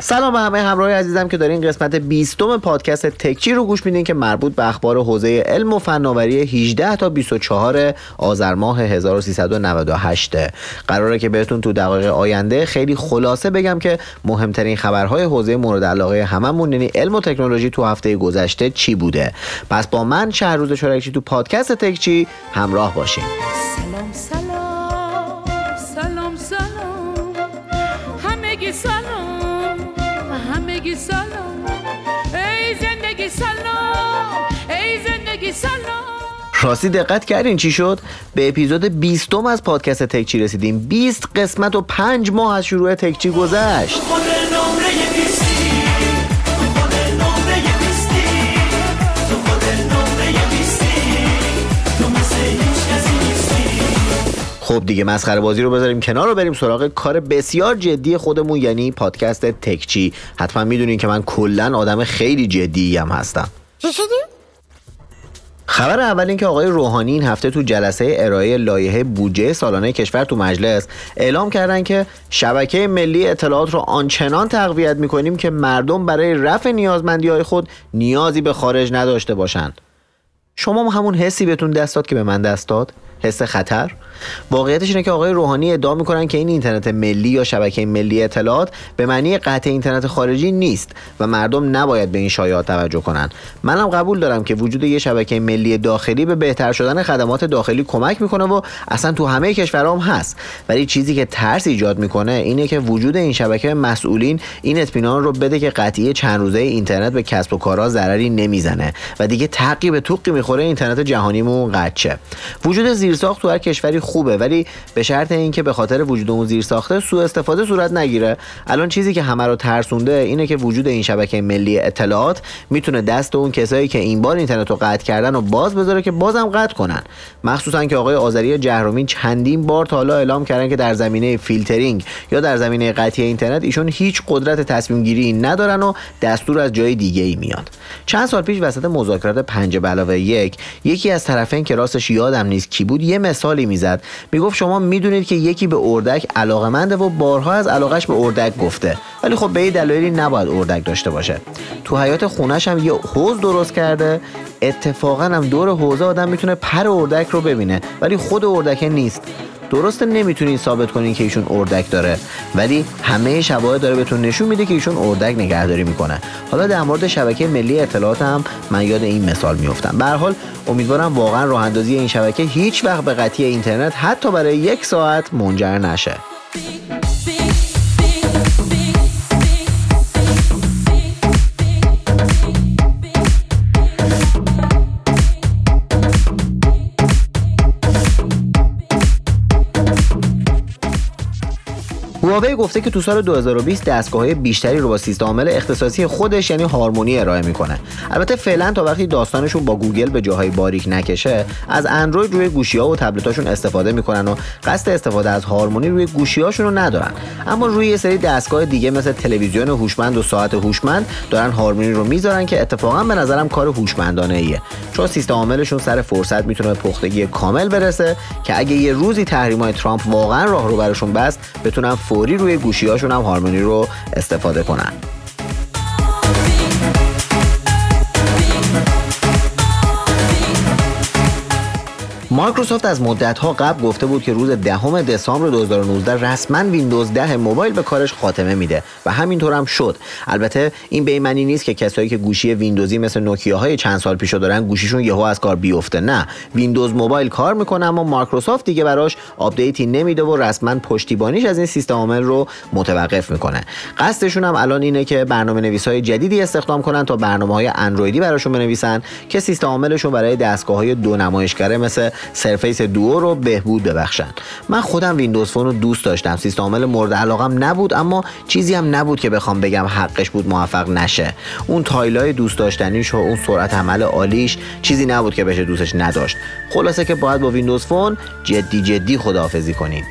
سلام به همه همراهی عزیزم که دارین قسمت 20 پادکست تکچی رو گوش میدین که مربوط به اخبار حوزه علم و فناوری 18 تا 24 آذر ماه 1398. قراره که بهتون تو دقایق آینده خیلی خلاصه بگم که مهمترین خبرهای حوزه مورد علاقه هممون یعنی علم و تکنولوژی تو هفته گذشته چی بوده. پس با من شهروز شورکچی تو پادکست تکچی همراه باشین. سلام سلام سلام سلام همگی سلام همگی سلام ای زندگی سلام ای زندگی سلام. راستی دقت کردین چی شد؟ به اپیزود 20 از پادکست تکچی رسیدیم. 20 قسمت و 5 ماه از شروع تکچی گذشت. خب دیگه مسخره بازی رو بذاریم کنار رو بریم سراغ کار بسیار جدی خودمون یعنی پادکست تکچی. حتما میدونین که من کلا آدم خیلی جدی هم هستم. چی شدی؟ خبر اول این که آقای روحانی این هفته تو جلسه ارائه لایحه بودجه سالانه کشور تو مجلس اعلام کردن که شبکه ملی اطلاعات رو آنچنان تقویت میکنیم که مردم برای رفع نیازمندی‌های خود نیازی به خارج نداشته باشن. شما همون حسی بهتون دست داد که به من دست داد؟ حس خطر؟ واقعیتش اینه که آقای روحانی ادعا میکنن که این اینترنت ملی یا شبکه ملی اطلاعات به معنی قطع اینترنت خارجی نیست و مردم نباید به این شایعات توجه کنن. منم قبول دارم که وجود یه شبکه ملی داخلی به بهتر شدن خدمات داخلی کمک میکنه و اصلا تو همه کشورها هم هست، ولی چیزی که ترس ایجاد میکنه اینه که وجود این شبکه مسئولین این اطمینان رو بده که قطعی چند روزه اینترنت به کسب و کارها ضرری نمیزنه و دیگه تقی به توقی میخوره اینترنت جهانیمون قطع شه. وجود زیرساخت تو هر کشوری خوبه، ولی به شرط اینکه به خاطر وجود اون زیرساخته سوء استفاده صورت نگیره. الان چیزی که همه رو ترسونده اینه که وجود این شبکه ملی اطلاعات میتونه دست اون کسایی که این بار اینترنت رو قطع کردن و باز بذاره که بازم قطع کنن. مخصوصا که آقای آذری جهرومی چندین بار تا حالا اعلام کردن که در زمینه فیلترینگ یا در زمینه قطعی اینترنت ایشون هیچ قدرت تصمیم گیری ندارن و دستور از جای دیگه ای میاد. چند سال پیش وسط مذاکرات 5+1 یکی از طرفین که راستش یادم نیست کی بود یه مثالی میزد. میگفت شما میدونید که یکی به اردک علاقه‌منده و بارها از علاقش به اردک گفته، ولی خب به این دلایلی نباید اردک داشته باشه. تو حیاط خونش هم یه حوض درست کرده. اتفاقا هم دور حوض آدم میتونه پر اردک رو ببینه ولی خود اردک نیست. درسته نمیتونین ثابت کنین که ایشون اردک داره، ولی همه شواهد داره بهتون نشون میده که ایشون اردک نگهداری میکنه. حالا در مورد شبکه ملی اطلاعات هم من یاد این مثال میافتم. به هر حال امیدوارم واقعا راه اندازی این شبکه هیچ وقت به قطعی اینترنت حتی برای 1 ساعت منجر نشه. هواوی گفته که تو سال 2020 دستگاه‌های بیشتری رو با سیستم عامل اختصاصی خودش یعنی هارمونی ارائه میکنه. البته فعلا تا وقتی داستانشون با گوگل به جاهای باریک نکشه از اندروید روی گوشی‌ها و تبلت‌هاشون استفاده میکنن و قصد استفاده از هارمونی روی گوشی‌هاشون رو ندارن. اما روی یه سری دستگاه دیگه مثل تلویزیون هوشمند و ساعت هوشمند دارن هارمونی رو میذارن که اتفاقا به نظرم کار هوشمندانه‌ایه، چون سیستم عاملشون سر فرصت میتونه به پختگی کامل برسه که اگه یه روزی تحریم‌های ترامپ واقعا راه رو براشون بست بتونن فوری روی گوشی‌هاشون هم هارمونی رو استفاده کنن. مایکروسافت از مدت‌ها قبل گفته بود که روز 10 دسامبر 2019 رسما ویندوز 10 موبایل به کارش خاتمه میده و همینطور هم شد. البته این به این معنی نیست که کسایی که گوشی ویندوزی مثل نوکیاهای چند سال پیشو دارن گوشیشون یهو از کار بیفته. نه، ویندوز موبایل کار میکنه اما مایکروسافت دیگه براش آپدیتی نمیده و رسما پشتیبانیش از این سیستم عامل رو متوقف میکنه. قصدشون هم الان اینه که برنامه‌نویسای جدیدی استخدام کنن تا برنامه‌های اندرویدی براشون بنویسن که سیستم عاملشون برای دستگاه‌های دو نمایشگره مثل سرفیس دو رو بهبود ببخشن. من خودم ویندوز فون رو دوست داشتم، سیستم عامل مورد علاقم نبود اما چیزی هم نبود که بخوام بگم حقش بود موفق نشه. اون تایلای دوست داشتنیش و اون سرعت عمل عالیش چیزی نبود که بشه دوستش نداشت. خلاصه که باید با ویندوز فون جدی خداحافظی کنیم.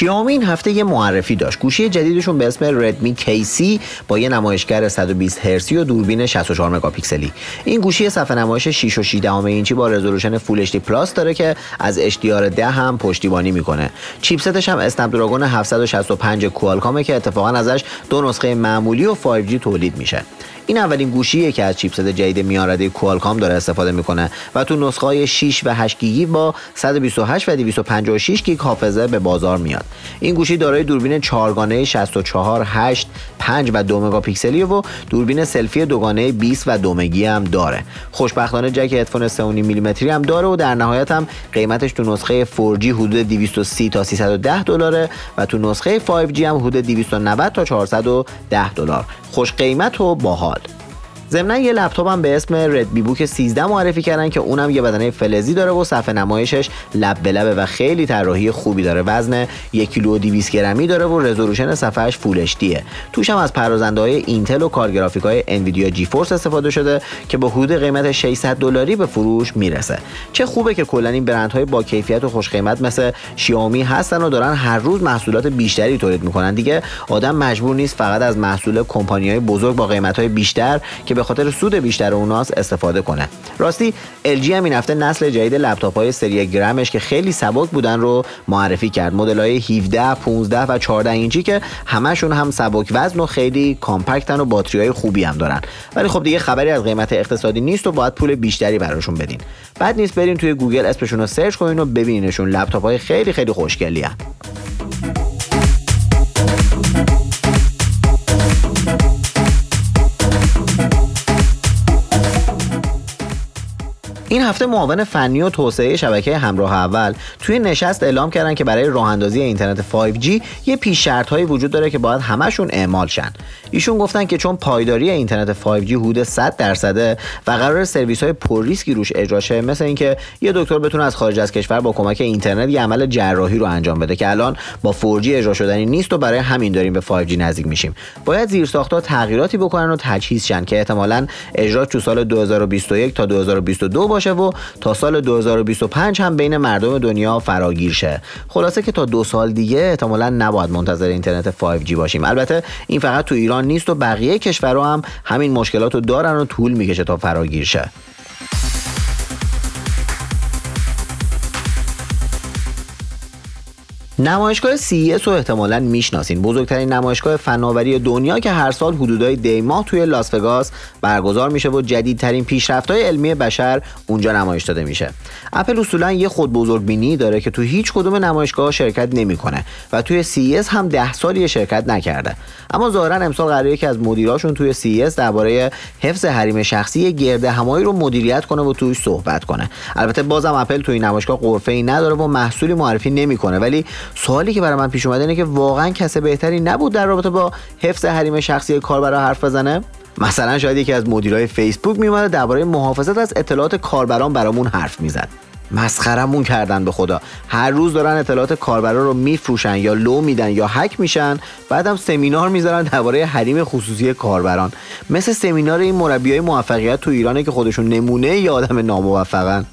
شیائومی این هفته یه معرفی داشت. گوشی جدیدشون به اسم ردمی KC با یه نمایشگر 120 هرتزی و دوربین 64 مگاپیکسلی. این گوشی صفحه نمایش 6.8 اینچی با رزولوشن فول اچ دی پلاس داره که از HDR10 هم پشتیبانی میکنه. چیپستش هم اسنپ دراگون 765 کوالکامه که اتفاقا ازش دو نسخه معمولی و 5G تولید میشه. این اولین گوشیه که از چیپست جدید میانرده کوالکام داره استفاده میکنه و تو نسخه‌های 6 و 8 گیگی با 128 و 256 گیگ حافظه به بازار میاد. این گوشی دارای دوربین 4گانه 64 8 5 و 2 مگاپیکسلی و دوربین سلفی دوگانه 20 و 2 مگی هم داره. خوشبختانه جک هدفون 3.5 میلیمتری هم داره و در نهایت هم قیمتش تو نسخه 4G حدود 230 تا 310 دلاره و تو نسخه 5G هم حدود 290 تا 410 دلار. خوش قیمت و باحال. ضمن یه لپتاپ هم به اسم ردمی بوک 13 معرفی کردن که اونم یه بدنه فلزی داره و صفحه نمایشش لب به لبه و خیلی طراحی خوبی داره. وزن 1 کیلو و 200 گرمی داره و رزولوشن صفحهش فول اچ دیه. توش هم از پردازنده‌های اینتل و کارگرافیک‌های انویدیا جی فورس استفاده شده که با حدود قیمت 600 دلاری به فروش میرسه. چه خوبه که کلا این برندهای با کیفیت و خوش قیمت مثل شیائومی هستن و دارن هر روز محصولات بیشتری تولید میکنن. دیگه آدم مجبور نیست فقط از محصول کمپانی‌های بزرگ با قیمت‌های بیشتر که به خاطر سود بیشتر اوناست استفاده کنه. راستی LG هم این هفته نسل جدید لپتاپ‌های سری گرمش که خیلی سبک بودن رو معرفی کرد. مدل‌های 17، 15 و 14 اینچی که همشون هم سبک وزن و خیلی کامپکتن و باتری‌های خوبی هم دارن. ولی خب دیگه خبری از قیمت اقتصادی نیست و باید پول بیشتری براشون بدین. بعد نیست برین توی گوگل اسمشون رو سرچ کنین و ببینینشون. لپتاپ‌های خیلی خیلی خوشگلی هستن. این هفته معاون فنی و توسعه شبکه همراه اول توی نشست اعلام کردن که برای راه اندازی اینترنت 5G یه پیش شرط‌هایی وجود داره که باید همشون اعمال شن. ایشون گفتن که چون پایداری اینترنت 5G حدود 100% و قرار سرویس‌های پر ریسکی روش اجرا شه، مثل اینکه یه دکتر بتونه از خارج از کشور با کمک اینترنت یه عمل جراحی رو انجام بده که الان با 4G اجرا شدنی نیست و برای همین داریم به 5G نزدیک میشیم. باید زیرساخت‌ها تغییراتی بکنن و تجهیز شن که احتمالاً اجرا تو سال 2021 تا 2022 باشه و تا سال 2025 هم بین مردم دنیا فراگیر شه. خلاصه که تا 2 سال دیگه احتمالاً نباید منتظر اینترنت 5G باشیم. البته این فقط تو ایران نیست و بقیه کشورها هم همین مشکلاتو دارن و طول میکشه تا فراگیر شه. نمایشگاه CES رو احتمالاً میشناسین. بزرگترین نمایشگاه فناوری دنیا که هر سال حدودای دی ماه توی لاس وگاس برگزار میشه و جدیدترین پیشرفت‌های علمی بشر اونجا نمایش داده میشه. اپل اصولاً یه خود بزرگبینی داره که تو هیچ کدوم نمایشگاه شرکت نمیکنه و توی CES هم 10 سالی شرکت نکرده. اما ظاهراً امسال قراره که از مدیراشون توی CES درباره حفظ حریم شخصی گردهمایی رو مدیریت کنه و توش صحبت کنه. البته بازم اپل توی نمایشگاه غرفه‌ای نداره و محصولی معرفی نمیکنه، ولی سوالی که برای من پیش اومده اینه که واقعا کس بهتری نبود در رابطه با حفظ حریم شخصی کاربرا حرف بزنه؟ مثلا شاید یکی از مدیرای فیسبوک میومد درباره محافظت از اطلاعات کاربران برامون حرف میزد. مسخرمون کردن به خدا. هر روز دارن اطلاعات کاربرا رو میفروشن یا لو میدن یا هک میشن، بعدم سمینار میذارن درباره حریم خصوصی کاربران. مثل سمینار این مربیای موفقیت تو ایرانه که خودشون نمونه یا آدم ناموفقن.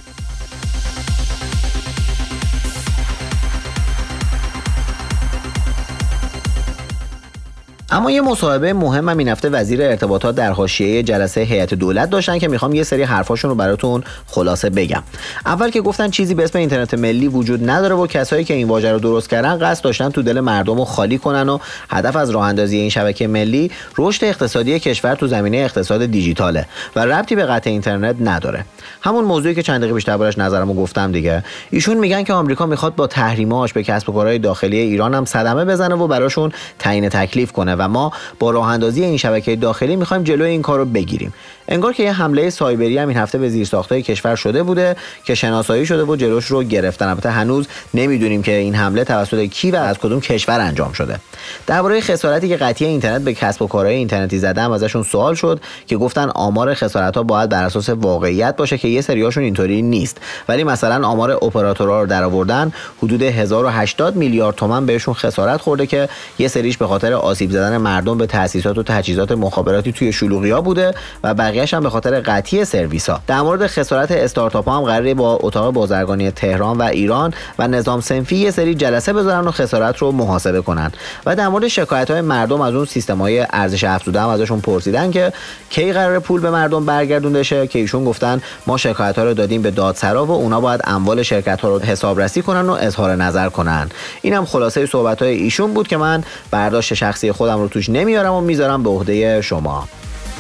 اما یه مصاحبه مهم هم این هفته وزیر ارتباطات در حاشیه جلسه هیئت دولت داشتن که میخوام یه سری حرفاشون رو براتون خلاصه بگم. اول که گفتن چیزی به اسم اینترنت ملی وجود نداره و کسایی که این واژه رو درست کردن قصد داشتن تو دل مردم رو خالی کنن و هدف از راه اندازی این شبکه ملی رشد اقتصادی کشور تو زمینه اقتصاد دیجیتاله و ربطی به قطع اینترنت نداره. همون موضوعی که چند دقیقه پیش دربارش نظرمو گفتم دیگه. ایشون میگن که آمریکا میخواد با تحریماش به کسب و کارهای داخلی ایران هم صدمه بزنه و براشون تعیین تکلیف کنه و ما با راه اندازی این شبکه داخلی میخوایم جلوی این کارو بگیریم. انگار که یه حمله سایبری هم این هفته به زیرساخت‌های کشور شده بوده که شناسایی شده و جلوش رو گرفتن. البته هنوز نمیدونیم که این حمله توسط کی و از کدوم کشور انجام شده. درباره خسارتی که قطعی اینترنت به کسب و کارهای اینترنتی زده هم ازشون سوال شد که گفتن آمار خسارت‌ها باید بر اساس واقعیت باشه که یه سریاشون اینطوری نیست. ولی مثلا آمار اپراتورها رو درآوردن حدود 1080 میلیارد تومان بهشون خسارت خورده که یه سریش به خاطر آسیب زدن مردم به تأسیسات و تجهیزات مخابراتی توی شلوغی‌ها بوده و بقیه بقیه‌اش هم به خاطر قطعی سرویس‌ها. در مورد خسارت استارتاپ‌ها هم قراره با اتاق بازرگانی تهران و ایران و نظام صنفی یه سری جلسه بذارن و خسارت رو محاسبه کنن. و در مورد شکایت‌های مردم از اون سیستم‌های ارزش افزوده هم ازشون پرسیدن که کی قراره پول به مردم برگردونده شه، که ایشون گفتن ما شکایت‌ها رو دادیم به دادسرا و اونا باید اموال شرکت‌ها رو حسابرسی کنن و اظهار نظر کنن. اینم خلاصه صحبت‌های ایشون بود که من برداشت شخصی خودم رو توش نمیارم و میذارم به عهده شما.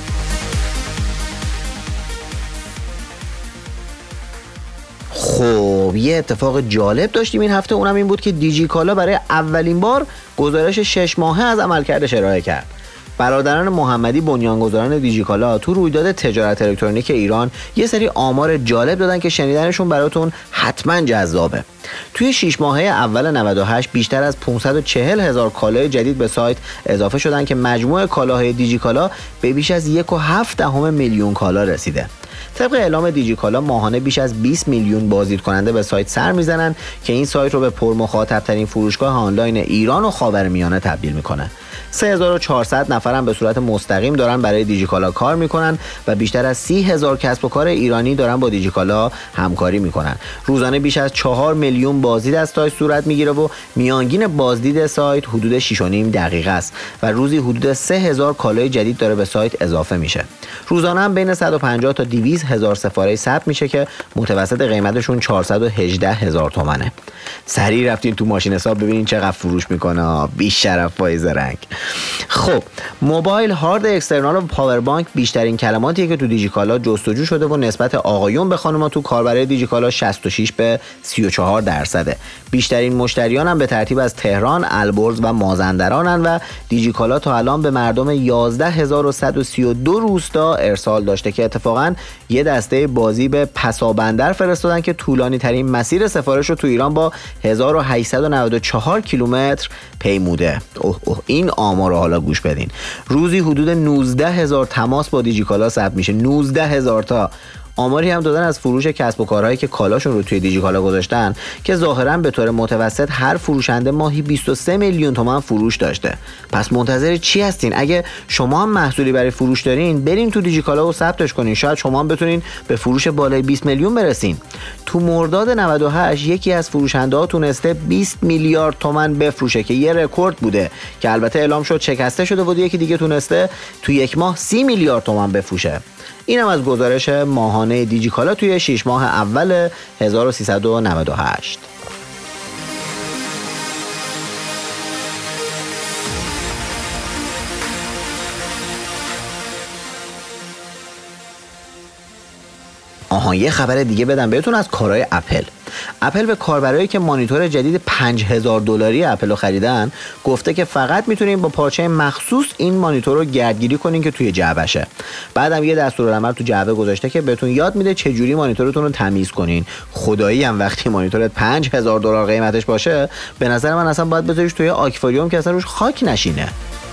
خب یه اتفاق جالب داشتیم این هفته، اونم این بود که دیجیکالا برای اولین بار گزارش 6 ماهه از عملکردش ارائه کرد. برادران محمدی بنیانگذاران دیجیکالا تو رویداد تجارت الکترونیک ایران یه سری آمار جالب دادن که شنیدنشون براتون حتما جذابه. توی 6 ماهه اول 98 بیشتر از 540,000 کالای جدید به سایت اضافه شدن که مجموع کالاهای دیجیکالا به بیش از 1.7 میلیون کالا رسیده. طبق اعلام دیجیکالا ماهانه بیش از 20 میلیون بازدید کننده به سایت سر میزنن که این سایت رو به پرمخاطب ترین فروشگاه آنلاین ایران و خاورمیانه تبدیل میکنه. 3400 نفر هم به صورت مستقیم دارن برای دیجیکالا کار میکنن و بیشتر از 30,000 کسب و کار ایرانی دارن با دیجیکالا همکاری میکنن. روزانه بیش از 4 میلیون بازدید از سایت صورت میگیره و میانگین بازدید سایت حدود 6.5 دقیقه است و روزی حدود 3,000 کالای جدید داره به سایت اضافه میشه. روزانه هم بین 150 تا 200,000 سفارش ثبت میشه که متوسط قیمتشون 418,000 تومنه. سریع رفتین تو ماشین حساب ببینین چقدر فروش میکنه. بی شرف فایز رنگ. خب موبایل، هارد اکسترنال و پاور بانک بیشترین کلماتیه که تو دیجیکالا جستجو شده و نسبت آقایون به خانم‌ها تو کاربری دیجیکالا 66 به 34%. بیشترین مشتریان هم به ترتیب از تهران، البرز و مازندرانن و دیجیکالا تا الان به مردم 11,132 روستا ارسال داشته که اتفاقاً یه دسته بازی به پسابندر فرستادن که طولانی ترین مسیر سفارش رو تو ایران با 1894 کیلومتر پیموده. این آمار رو حالا گوش بدین. روزی حدود 19,000 تماس با دیجیکالا ثبت میشه. 19,000 تا. آماری هم دادن از فروش کسب و کارهایی که کالاشون رو توی دیجیکالا گذاشتن که ظاهراً به طور متوسط هر فروشنده ماهی 23 میلیون تومان فروش داشته. پس منتظر چی هستین؟ اگه شما هم محصولی برای فروش دارین برین تو دیجیکالا و ثبتش کنین. شاید شما هم بتونین به فروش بالای 20 میلیون برسین. تو مرداد 98 یکی از فروشنده‌ها تونسته 20 میلیارد تومان بفروشه که یه رکورد بوده که البته اعلام شد شکسته شده و یکی دیگه تونسته تو یک ماه 30 میلیارد تومان بفروشه. اینم از گزارش ماهانه دیجیکالا توی 6 ماه اول 1398. یه خبر دیگه بدم بهتون از کارهای اپل به کاربرایی که مانیتور جدید $5,000 اپل رو خریدن گفته که فقط میتونین با پارچه مخصوص این مانیتور رو گردگیری کنین که توی جعبشه. بعدم یه دستورالعمل تو جعبه گذاشته که بهتون یاد میده چه جوری مانیتورتون رو تمیز کنین. خدایی هم وقتی مانیتورت $5,000 قیمتش باشه به نظر من اصلا باید بذاریش توی آکواریوم که اصلا روش خاک نشینه.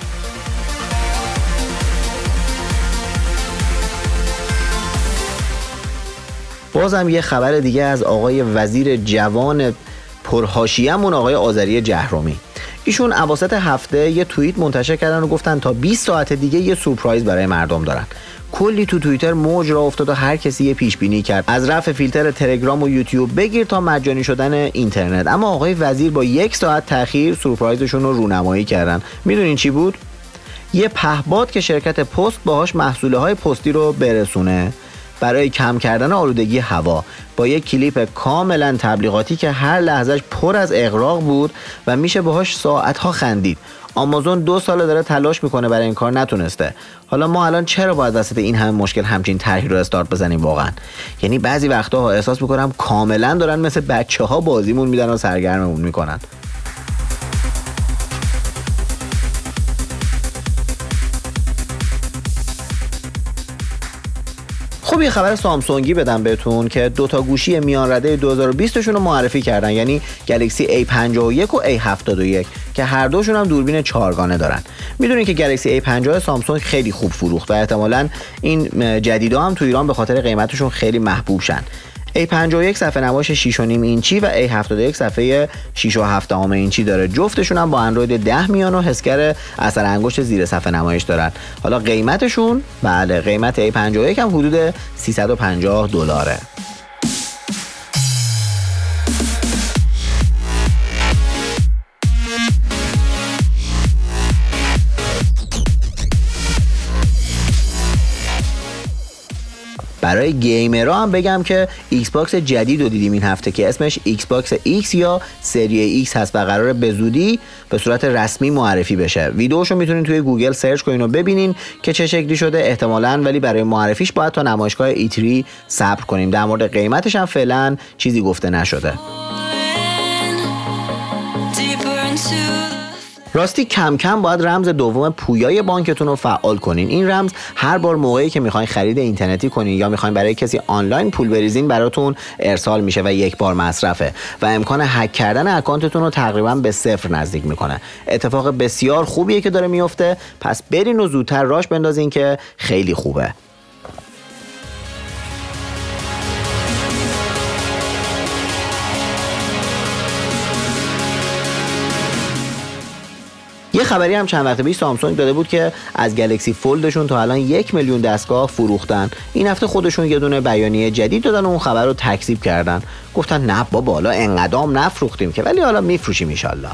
بازم یه خبر دیگه از آقای وزیر جوان پرحاشیه‌مون آقای آذری جهرمی. ایشون اواسط هفته یه توییت منتشر کردن و گفتن تا 20 ساعت دیگه یه سورپرایز برای مردم دارن. کلی تو توییتر موج را افتاد و هر کسی یه پیش بینی کرد، از رفع فیلتر تلگرام و یوتیوب بگیر تا مجانی شدن اینترنت. اما آقای وزیر با 1 ساعت تأخیر سورپرایزشون رو رونمایی کردن. میدونین چی بود؟ یه پهپاد که شرکت پست باهاش محصولات پستی رو برسونه برای کم کردن آلودگی هوا، با یک کلیپ کاملا تبلیغاتی که هر لحظهش پر از اغراق بود و میشه باهاش ساعتها خندید. آمازون 2 سال داره تلاش میکنه برای این کار، نتونسته. حالا ما الان چرا باید وسط این همه مشکل همچین طرحی رو استارت بزنیم واقعا؟ یعنی بعضی وقتا احساس میکنم کاملا دارن مثل بچه‌ها بازیمون میدن و سرگرممون میکنن. خب یه خبر سامسونگی بدم بهتون که 2 تا گوشی میان رده 2020 شون رو معرفی کردن، یعنی گلکسی A51 و A71 که هر دوشون هم دوربین 4گانه دارن. میدونین که گلکسی A50 سامسونگ خیلی خوب فروخت و احتمالاً این جدیدا هم تو ایران به خاطر قیمتشون خیلی محبوب شن. A51 صفحه نمایش 6.5 اینچی و A71 صفحه 6.7 اینچی داره. جفتشون هم با اندروید 10 میان و حسگر اثر انگشت زیر صفحه نمایش دارن. حالا قیمتشون، بله، قیمت A51 هم حدود $350. برای گیمرها هم بگم که ایکس باکس جدید رو دیدیم این هفته که اسمش ایکس باکس ایکس یا سری ایکس هست و قراره به زودی به صورت رسمی معرفی بشه. ویدیوشو میتونین توی گوگل سرچ کنین و ببینین که چه شکلی شده احتمالاً، ولی برای معرفیش باید تا نمایشگاه E3 صبر کنیم. در مورد قیمتش هم فعلا چیزی گفته نشده. راستی کم کم باید رمز دوم پویای بانکتون رو فعال کنین. این رمز هر بار موقعی که میخواین خرید اینترنتی کنین یا میخواین برای کسی آنلاین پول بریزین براتون ارسال میشه و یک بار مصرفه و امکان هک کردن اکانتتون رو تقریبا به صفر نزدیک میکنه. اتفاق بسیار خوبیه که داره میفته، پس برین و زودتر راش بندازین که خیلی خوبه. یه خبری هم چند وقت پیش سامسونگ داده بود که از گلکسی فولدشون تا الان 1 میلیون دستگاه فروختن. این هفته خودشون یه دونه بیانیه جدید دادن و اون خبر رو تکذیب کردن. گفتن نه بابا، حالا انقدام نفروختیم که، ولی حالا میفروشیم ان شاءالله.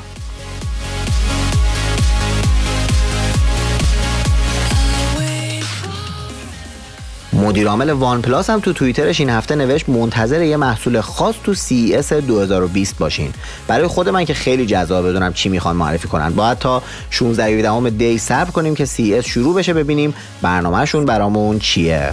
مدیر عامل وان پلاس هم تو توییترش این هفته نوشت منتظر یه محصول خاص تو CES 2020 باشین. برای خود من که خیلی جذاب بدونم چی میخوان معرفی کنن. باید تا 16 دی صبر کنیم که CES شروع بشه ببینیم برنامه‌شون برامون چیه.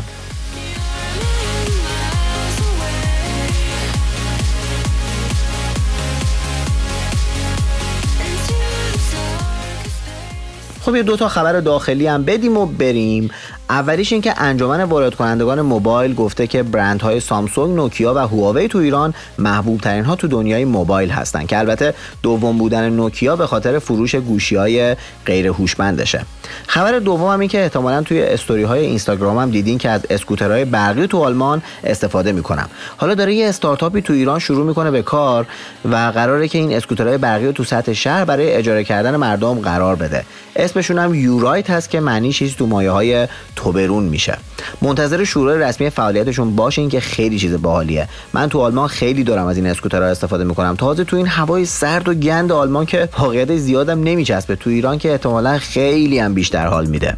خب یه 2 خبر داخلی هم بدیم و بریم. اولیش این که انجمن وارد کنندگان موبایل گفته که برندهای سامسونگ، نوکیا و هواوی تو ایران محبوب ترین ها تو دنیای موبایل هستن که البته دوم بودن نوکیا به خاطر فروش گوشی‌های غیر هوشمندشه. خبر دوم هم این که احتمالاً توی استوری های اینستاگرام هم دیدین که از اسکوترهای برقی تو آلمان استفاده میکنن. حالا داره یه استارتاپی تو ایران شروع میکنه به کار و قراره که این اسکوترهای برقی رو تو سطح شهر برای اجاره کردن مردم قرار بده. اسمشون هم یورایت هست که معنی چیز تو مایه‌های توبرون میشه. منتظر شروع رسمی فعالیتشون باشین که خیلی چیز باحالیه. من تو آلمان خیلی دارم از این اسکوترها استفاده میکنم. تازه تو این هوای سرد و گند آلمان که واقعیت زیادم نمیچسبه. تو ایران که احتمالاً خیلی هم بیشتر حال میده.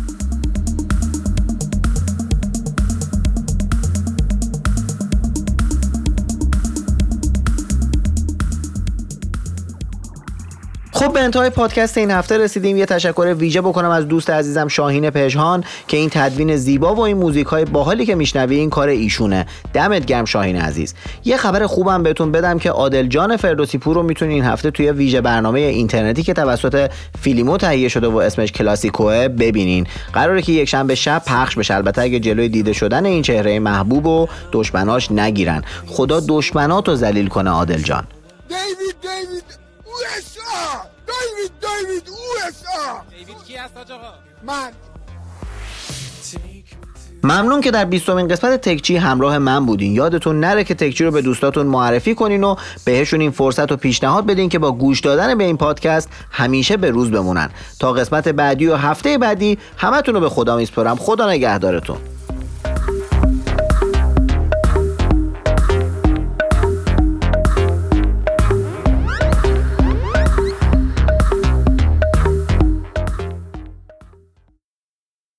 خب به انتهای پادکست این هفته رسیدیم. یه تشکر ویژه بکنم از دوست عزیزم شاهین پژهان که این تدوین زیبا و این موزیکای باحالی که میشنوی این کار ایشونه. دمت گرم شاهین عزیز. یه خبر خوبم بهتون بدم که عادل جان فردوسی پور رو میتونین این هفته توی ویژه برنامه اینترنتی که توسط فیلیمو تهیه شده و اسمش کلاسیکوه ببینین. قراره که یک شنبه شب پخش بشه، البته اگه جلوی دیده شدن این چهره محبوب و دشمناش نگیرن. خدا دشمناتو ذلیل کنه عادل جان. دیوید USA! دیوید USA! دیوید کی هست آقا؟ من. ممنون که در 20مین قسمت تکچی همراه من بودین. یادتون نره که تکچی رو به دوستاتون معرفی کنین و بهشون این فرصت و پیشنهاد بدین که با گوش دادن به این پادکست همیشه به روز بمونن. تا قسمت بعدی و هفته بعدی همتون رو به خدا میسپارم. خدا نگهدارتون.